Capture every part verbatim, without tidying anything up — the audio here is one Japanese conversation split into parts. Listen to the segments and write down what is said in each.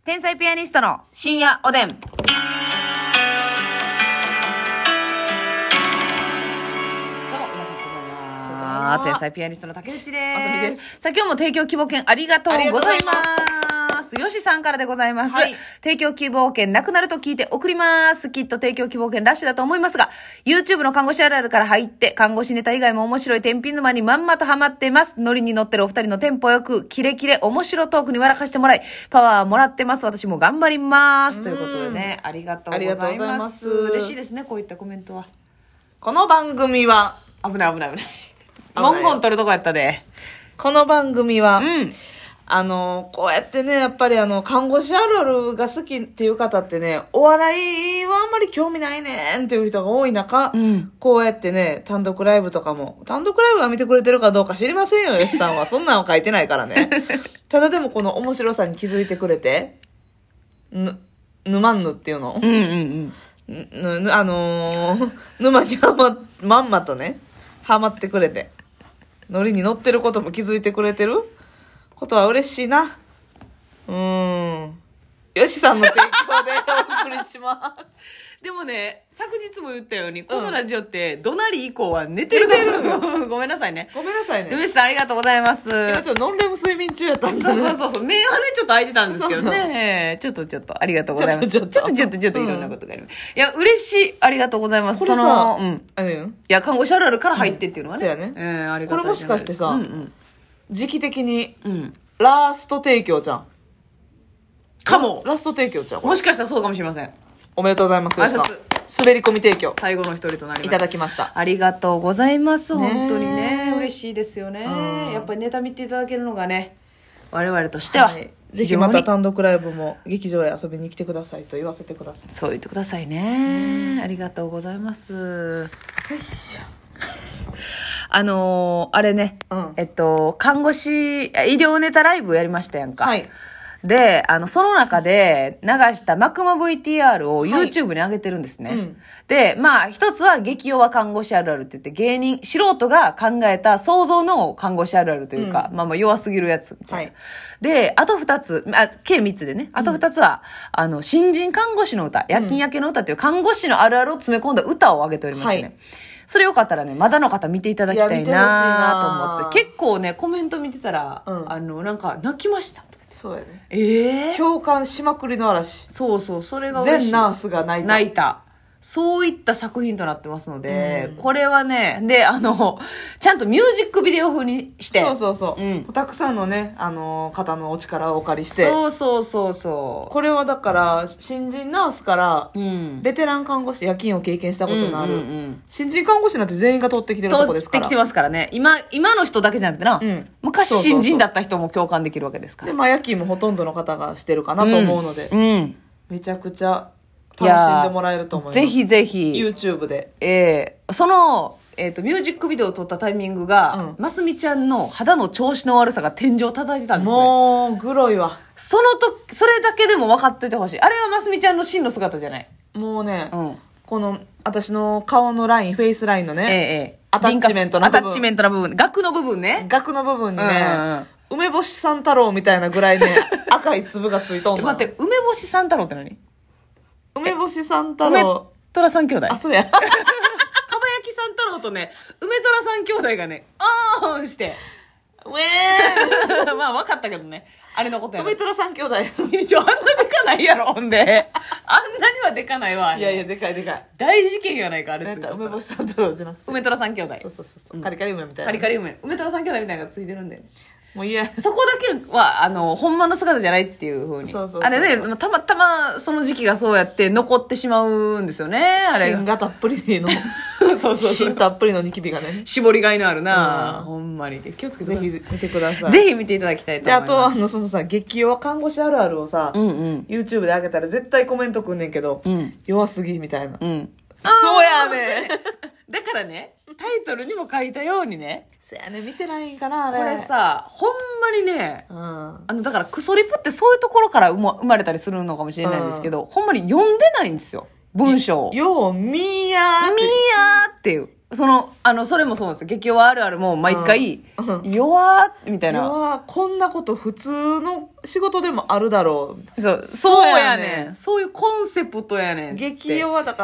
天才ピアニストの深夜おでん。どうも皆さんこんばんは。天才ピアニストの竹内です。 あさみです。 さあ今日も提供希望券ありがとうございます。よしさんからでございます、はい、提供希望券なくなると聞いて送ります。きっと提供希望券ラッシュだと思いますが YouTube の看護師あるあるから入って看護師ネタ以外も面白い天品沼にまんまとハマってます。ノリに乗ってるお二人のテンポよくキレキレ面白トークに笑かしてもらいパワーもらってます。私も頑張りますということでね、ありがとうございます。 ありがとうございます。 嬉しいですねこういったコメントは。 この番組は危ない危ない危ない文言取るとこやったで。 この番組は、 うんあの、こうやってね、やっぱりあの、看護師あるあるが好きっていう方ってね、お笑いはあんまり興味ないねんっていう人が多い中、 うん、 こうやってね、単独ライブとかも、単独ライブは見てくれてるかどうか知りませんよ、よしさんは。そんなの書いてないからね。ただでもこの面白さに気づいてくれて、ぬ、ぬまんぬっていうの、 うんうんうん、ぬ、あのー、沼にはま、まんまとね、ハマってくれて、ノリに乗ってることも気づいてくれてることは嬉しいな。うーん。よしさんの提供でお送りします。 でもね、昨日も言ったように、このラジオって、どなり以降は寝てるの。ごめんなさいね。 ごめんなさいね。 よしさんありがとうございます。 今ちょっとノンレム睡眠中やったんだね。そうそうそう。目はね、ちょっと開いてたんですけどね。ちょっとちょっと、ありがとうございます。ちょっとちょっとちょっとちょっといろんなことがあります。いや、嬉しい。ありがとうございます。 これさ、 その、うん。 あれいや、看護師あるあるから入ってっていうのはね。 そうやね。 うん、ありがとうこれもしかしてさ、 うんうん、 時期的に、 うん。 ラスト提供じゃん。 かも。 ラスト提供じゃん。 もしかしたらそうかもしれません。 おめでとうございます。 ありがとうございます。 滑り込み提供。 最後の一人となりました。 いただきました。 ありがとうございます。 ね、 本当にね。嬉しいですよね。やっぱりネタ見ていただけるのがね、我々としては。はい、 ぜひまた単独ライブも劇場へ遊びに来てくださいと言わせてください。 そう言ってくださいね。ありがとうございます。よいしょ。 あのー、あれね、うん、えっと、看護師、医療ネタライブやりましたやんか。はい。で、あの、その中で流したマクマ ブイティーアール を YouTube に上げてるんですね。はいうん、で、まあ、一つは激弱看護師あるあるって言って芸人、素人が考えた想像の看護師あるあるというか、うん、まあまあ弱すぎるやつみたいな。はい、で、あと二つ、あ、計三つでね、あと二つは、うん、あの、新人看護師の歌、夜勤明けの歌っていう看護師のあるあるを詰め込んだ歌を上げておりましてね。はい、それよかったらね、まだの方見ていただきたいなと思って。結構ね、コメント見てたら、うん、あの、なんか、泣きました。 そうやね。 ええー、 共感しまくりの嵐。 そうそう、それが嬉しい。 全ナースが泣いた。 泣いた。そういった作品となってますので、うん、これはね、で、あの、ちゃんとミュージックビデオ風にして。 そうそうそう。うん、たくさんのね、あの、方のお力をお借りして。 そうそうそうそう。 これはだから、新人ナースから、うん、ベテラン看護師、夜勤を経験したことのある、うんうんうん、新人看護師なんて全員が通ってきてるとこですから。 通ってきてますからね。今、今の人だけじゃなくてな、うん、昔新人だった人も共感できるわけですから。 で、まあ夜勤もほとんどの方がしてるかなと思うので、 うんうん、 めちゃくちゃ、楽しんでもらえると思います。 ぜひぜひ。 YouTube で。 ええー、その、えっ、ー、と、ミュージックビデオを撮ったタイミングが、うん、ますみちゃんの肌の調子の悪さが天井を叩いてたんですね。 もう、グロいわ。 そのと、それだけでも分かっててほしい。あれはますみちゃんの真の姿じゃない。 もうね、うん、この、私の顔のライン、フェイスラインのね、ええー、アタッチメントの部分。 アタッチメントの部分。額の部分ね。 額の部分にね、うんうんうん梅干し三太郎みたいなぐらいね、赤い粒がついとんの。 待って、梅干し三太郎って何？ 梅干し三太郎。 梅虎三兄弟。 あ、そうや。 かば焼き三太郎とね、梅虎三兄弟がね、あーんして。 うえーまあ分かったけどね。あれのことや梅虎三兄弟。 一応あんなでかないやろ、ほんで。あんなにはでかないわ。 いやいや、でかいでかい。 大事件やないか、あれ。 梅干し三太郎じゃなくて。 梅虎三兄弟。 そうそうそう。うん、カリカリ梅みたいな。 カリカリ梅。梅虎三兄弟みたいなのがついてるんで。 もういやそこだけはあのほんまの姿じゃないっていう風にそうそうそうあれねたまたまその時期がそうやって残ってしまうんですよねあれ芯がたっぷりのそうそうそう芯たっぷりのニキビがね絞りがいのあるな、うん、ほんまに気をつけてぜひ見てくださいぜひ見ていただきたいと思います。 であとあのそのさ激弱看護師あるあるをさ、 うんうん、 YouTube で上げたら絶対コメントくんねんけど、うん、弱すぎみたいな、 うん、 そうやねだからねタイトルにも書いたようにねそうやね見てないんかなあれこれさほんまにね、 うん、 あのだからクソリプってそういうところから生 ま, 生まれたりするのかもしれないんですけど、うん、ほんまに読んでないんですよ文章ようみーやーみーやーっていうその、あの、それもそうですよ。激弱あるあるも毎回、うん、弱みたいな。 弱こんなこと普通の仕事でもあるだろう。そう、そうやねん。そういうコンセプトやねん。 激弱だから、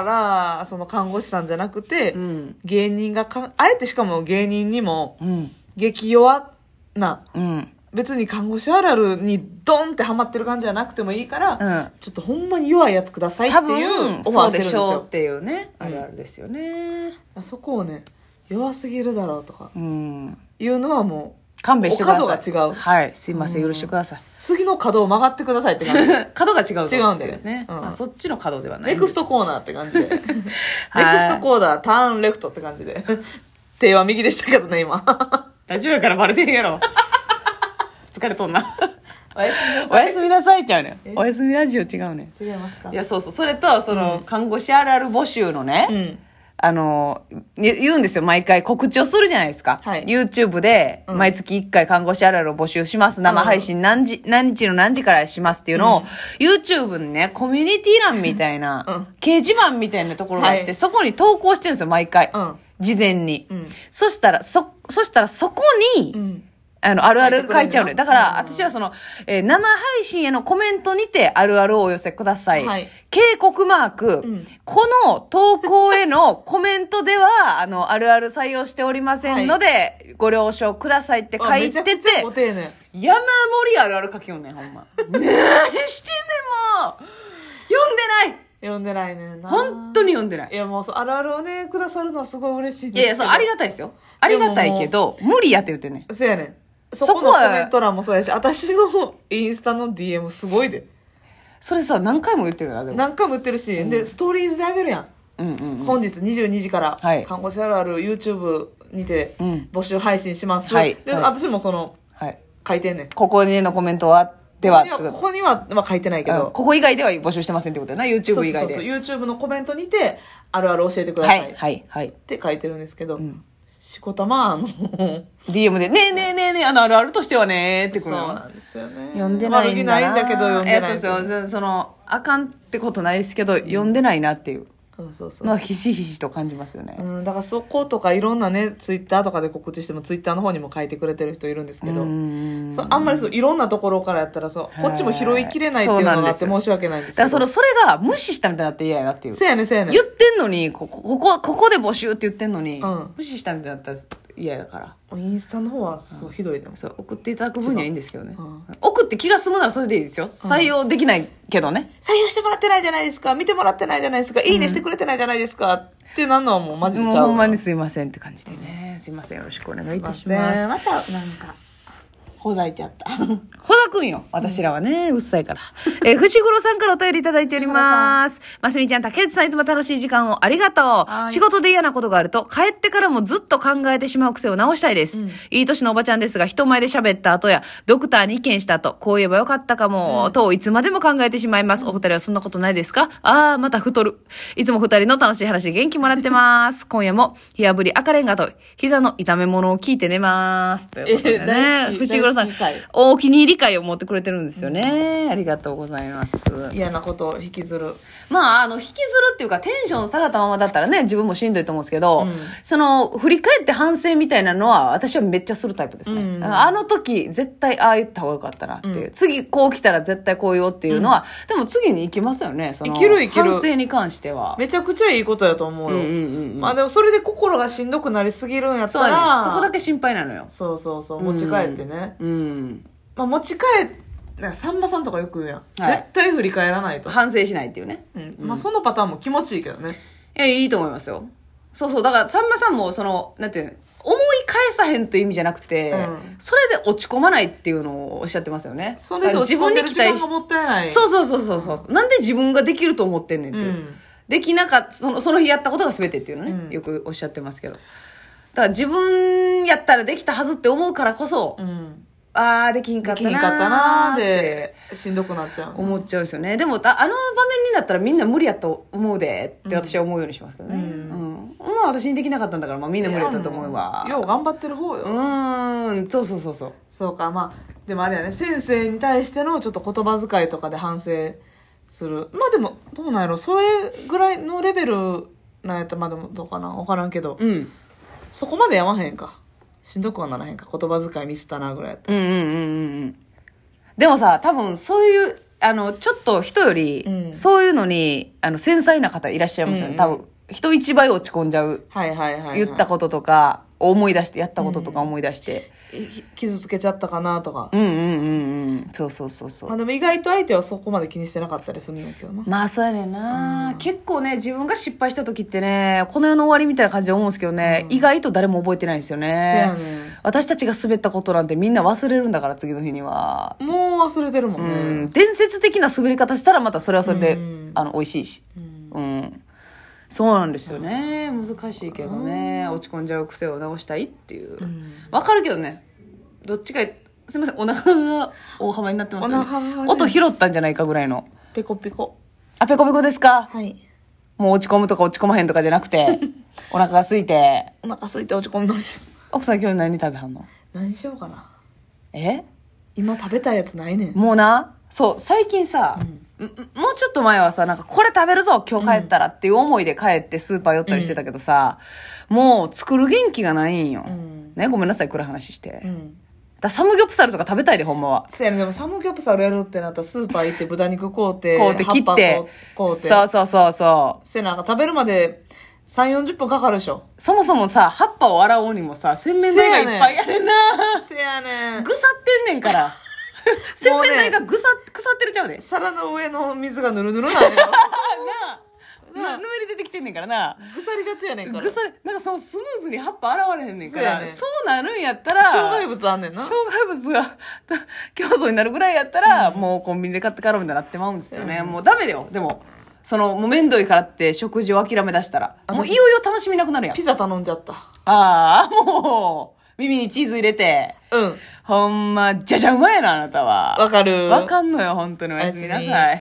その看護師さんじゃなくて、うん、芸人がか、あえてしかも芸人にも、うん、激弱な、うん、別に看護師あるあるにドンってハマってる感じじゃなくてもいいから、うん、ちょっとほんまに弱いやつくださいっていうオファーしてるんですよ。そうでしょうっていうね、あるあるですよね。 うん、そこをね、弱すぎるだろうとか、うん、いうのはもう、 勘弁してください。 お角が違う。 はい、すいません、許してください。 次の角を曲がってくださいって感じ。 角が違う。 違うんだよね。うん、まあ、そっちの角ではない。 ネクストコーナーって感じで。ネクストコーナー、ターンレフトって感じで。手は右でしたけどね、今。 ラジオやからバレてへんやろ。疲れとんな。 おやすみなさい。 おやすみなさいちゃうねん。おやすみラジオ違うねん。違いますか？ いや、そうそう。それと、その、うん、看護師あるある募集のね、うん、あの、言うんですよ。毎回告知をするじゃないですか。はい、YouTube で、毎月いっかい看護師あるあるを募集します。うん、生配信何時、何日の何時からしますっていうのを、うん、YouTube にね、コミュニティ欄みたいな、うん、掲示板みたいなところがあって、はい、そこに投稿してるんですよ、毎回。うん、事前に。うん、そしたら、そ、そしたらそこに、うんあの、あるある書いちゃうね。だから、私はその、えー、生配信へのコメントにてあるあるをお寄せください。はい、警告マーク、うん、この投稿へのコメントでは、あの、あるある採用しておりませんので、はい、ご了承くださいって書いてて、 ご丁寧。 山盛りあるある書きよんねん、ほんま。ねえ、してんねん、もう読んでない読んでないねんな。 本当に読んでない。 いやもうそう、あるあるをね、くださるのはすごい嬉しいんですけど。 いやいや、そう、ありがたいですよ。ありがたいけど、無理やって言ってね。 そうやねん。そこのコメント欄もそうやし、私のインスタの ディーエム すごいで。 それさ、何回も言ってるな、でも。 何回も言ってるし、うん、で、ストーリーズであげるやん。うんうんうん、本日にじゅうにじから、はい、看護師あるある YouTube にて募集配信します。うん、はい、で、はい、私もその、はい、書いてんねん。 ここにのコメントは、では、 ここには、まあ、書いてないけど、 ここ以外では募集してませんってことだな、YouTube 以外で。 そうそうそう、YouTube のコメントにて、あるある教えてください。はい、はい、はい。って書いてるんですけど、うんしこたま、あの、ディーエム で、ねえねえねえねえ、あの、あるあるとしてはねーってくるの。 そうなんですよね。 読んでないんだな。 悪気ないんだけど、読んでない。 え、そうそう、その、あかんってことないですけど、うん、読んでないなっていう。そうそうそう。のひしひしと感じますよね。 うん、だからそことかいろんなね、ツイッターとかで告知しても、ツイッターの方にも書いてくれてる人いるんですけど、うんそあんまりそう、いろんなところからやったらそう、こっちも拾いきれないっていうのがあって申し訳ないんですけど。 だからそれ、それが無視したみたいになって嫌やなっていう。 せやねせやね言ってんのに、ここ、ここ、ここで募集って言ってんのに、うん、無視したみたいになったら、嫌だから。 インスタの方はすごいひどいね、 うん、そう送っていただく分にはいいんですけどね、うん、送って気が済むならそれでいいですよ、採用できないけどね、 採用してもらってないじゃないですか、見てもらってないじゃないですか、いいねしてくれてないじゃないですか、うん、ってなんのはもうマジでちゃう、 もうほんまにすいませんって感じでね、すいません、よろしくお願いいたします。 またなんかほざいちゃった。ほざくんよ。私らはね、うん、うっさいから。えー、伏黒さんからお便りいただいております。ますみちゃん、竹内さんいつも楽しい時間をありがとう。仕事で嫌なことがあると、帰ってからもずっと考えてしまう癖を直したいです。うん、いい年のおばちゃんですが、人前で喋った後や、ドクターに意見した後、こう言えばよかったかも、うん、と、いつまでも考えてしまいます。お二人はそんなことないですか？あー、また太る。いつも二人の楽しい話で元気もらってます。今夜も、冷やぶり赤レンガと、膝の痛め物を聞いて寝ます。ということでね。えー、伏黒さん。お気に入り会を持ってくれてるんですよね、うん、ありがとうございます。 嫌なことを引きずる、 まああの引きずるっていうかテンション下がったままだったらね自分もしんどいと思うんですけど、うん、その振り返って反省みたいなのは私はめっちゃするタイプですね、うん、あの時絶対ああ言った方がよかったなっていう、うん、次こう来たら絶対こう言おうっていうのは、うん、でも次に行きますよね、その生きる生きる反省に関してはめちゃくちゃいいことやと思うよ、うんうんうんうん、まあでもそれで心がしんどくなりすぎるんやったらそう、ね、そこだけ心配なのよ。 そうそうそう、持ち帰ってね、うん、うんまあ、持ち帰ってさんまさんとかよく言うやん、はい、絶対振り返らないと反省しないっていうね、 うんうん、まあそのパターンも気持ちいいけどね。 いやいいと思いますよ。そうそう、だからさんまさんもそのなんていうの思い返さへんという意味じゃなくて、うん、それで落ち込まないっていうのをおっしゃってますよね。 それで落ち込んでる時間がもったいない。 そうそうそうそうそう、うん、なんで自分ができると思ってんねんっていう、うん、できなかったそのその日やったことが全てっていうのね、うん、よくおっしゃってますけど、だから自分やったらできたはずって思うからこそ、うんあーできんかったなーできんかったなーでしんどくなっちゃう思っちゃうんですよね。でもあの場面になったらみんな無理やと思うでって私は思うようにしますけどね、うんうんうん、まあ私にできなかったんだから、まあ、みんな無理やったと思うわ。 よう頑張ってる方よ。 うーんそうそうそうそうそうか。まあでもあれやね、先生に対してのちょっと言葉遣いとかで反省する。まあでもどうなんやろ、それぐらいのレベルなんやったらまあでもどうかな分からんけど、 うん。 そこまでやまへんか。しんどくはならへんか。言葉遣いミスったなぐらいやったら。 うんうんうんうん。でもさ、多分そういう、あの、ちょっと人より、 うん、 そういうのに、あの、繊細な方いらっしゃいますよね。うんうん、多分、人一倍落ち込んじゃう。 はいはいはい、はい。 言ったこととか、思い出して、やったこととか思い出して。 うん、傷つけちゃったかなとか。 うんうんうんうん。そうそうそうそう。 まあでも意外と相手はそこまで気にしてなかったりするんだけどな。 まあそうやねんな、うん、結構ね、自分が失敗した時ってね、この世の終わりみたいな感じで思うんですけどね、うん、意外と誰も覚えてないんですよね。そうやね。私たちが滑ったことなんてみんな忘れるんだから、次の日には。 もう忘れてるもんね。 うん。伝説的な滑り方したらまたそれはそれで、うん、あの、美味しいし。うん。うん、そうなんですよね。難しいけどね。落ち込んじゃう癖を直したいっていう。わ、うん、かるけどね。どっちか、すみません、お腹が大幅になってますよね。音拾ったんじゃないかぐらいの。 ペコペコ。 あ、ペコペコですか？ はい。 もう落ち込むとか落ち込まへんとかじゃなくて、お腹が空いて。 お腹空いて落ち込みます。 奥さん今日何食べはんの？ 何しようかな。 え？ 今食べたいやつないねん。 もうな、そう、最近さ、うん、もうちょっと前はさ、なんかこれ食べるぞ今日帰ったらっていう思いで帰ってスーパー寄ったりしてたけどさ、うん、もう作る元気がないんよ。うん、ね、ごめんなさい、暗い話して。うん、だサムギョプサルとか食べたいで、ほんまは。 そうやね、でもサムギョプサルやるってなったらスーパー行って豚肉買うて、 買うて切って、 買うて。 そうそうそうそう。 せやなんか食べるまでさん、よんじゅっぷんかかるでしょ。 そもそもさ、葉っぱを洗おうにもさ、洗面台がいっぱいやねんな。 せやねん。 腐ってんねんから。洗面台がぐさ、腐ってるちゃうで。 皿の上の水がぬるぬるなんやろ。なあ。な、ぬめり出てきてんねんからな。 ぐさりがちやねんから。 ぐさり、なんかそのスムーズに葉っぱ洗われへんねんから、そう、ね、そうなるんやったら、 障害物あんねんな。 障害物が競争になるぐらいやったら、うん、もうコンビニで買って帰ろうみたいになってまうんですよね。うん、もうダメだよ、でも。その、もうめんどいからって食事を諦め出したら。もういよいよ楽しみなくなるやん。 ピザ頼んじゃった。 ああ、もう、耳にチーズ入れて。 うん。 ほんま、じゃじゃうまいな、あなたは。 わかる。 わかんのよ、本当に。おやすみなさい。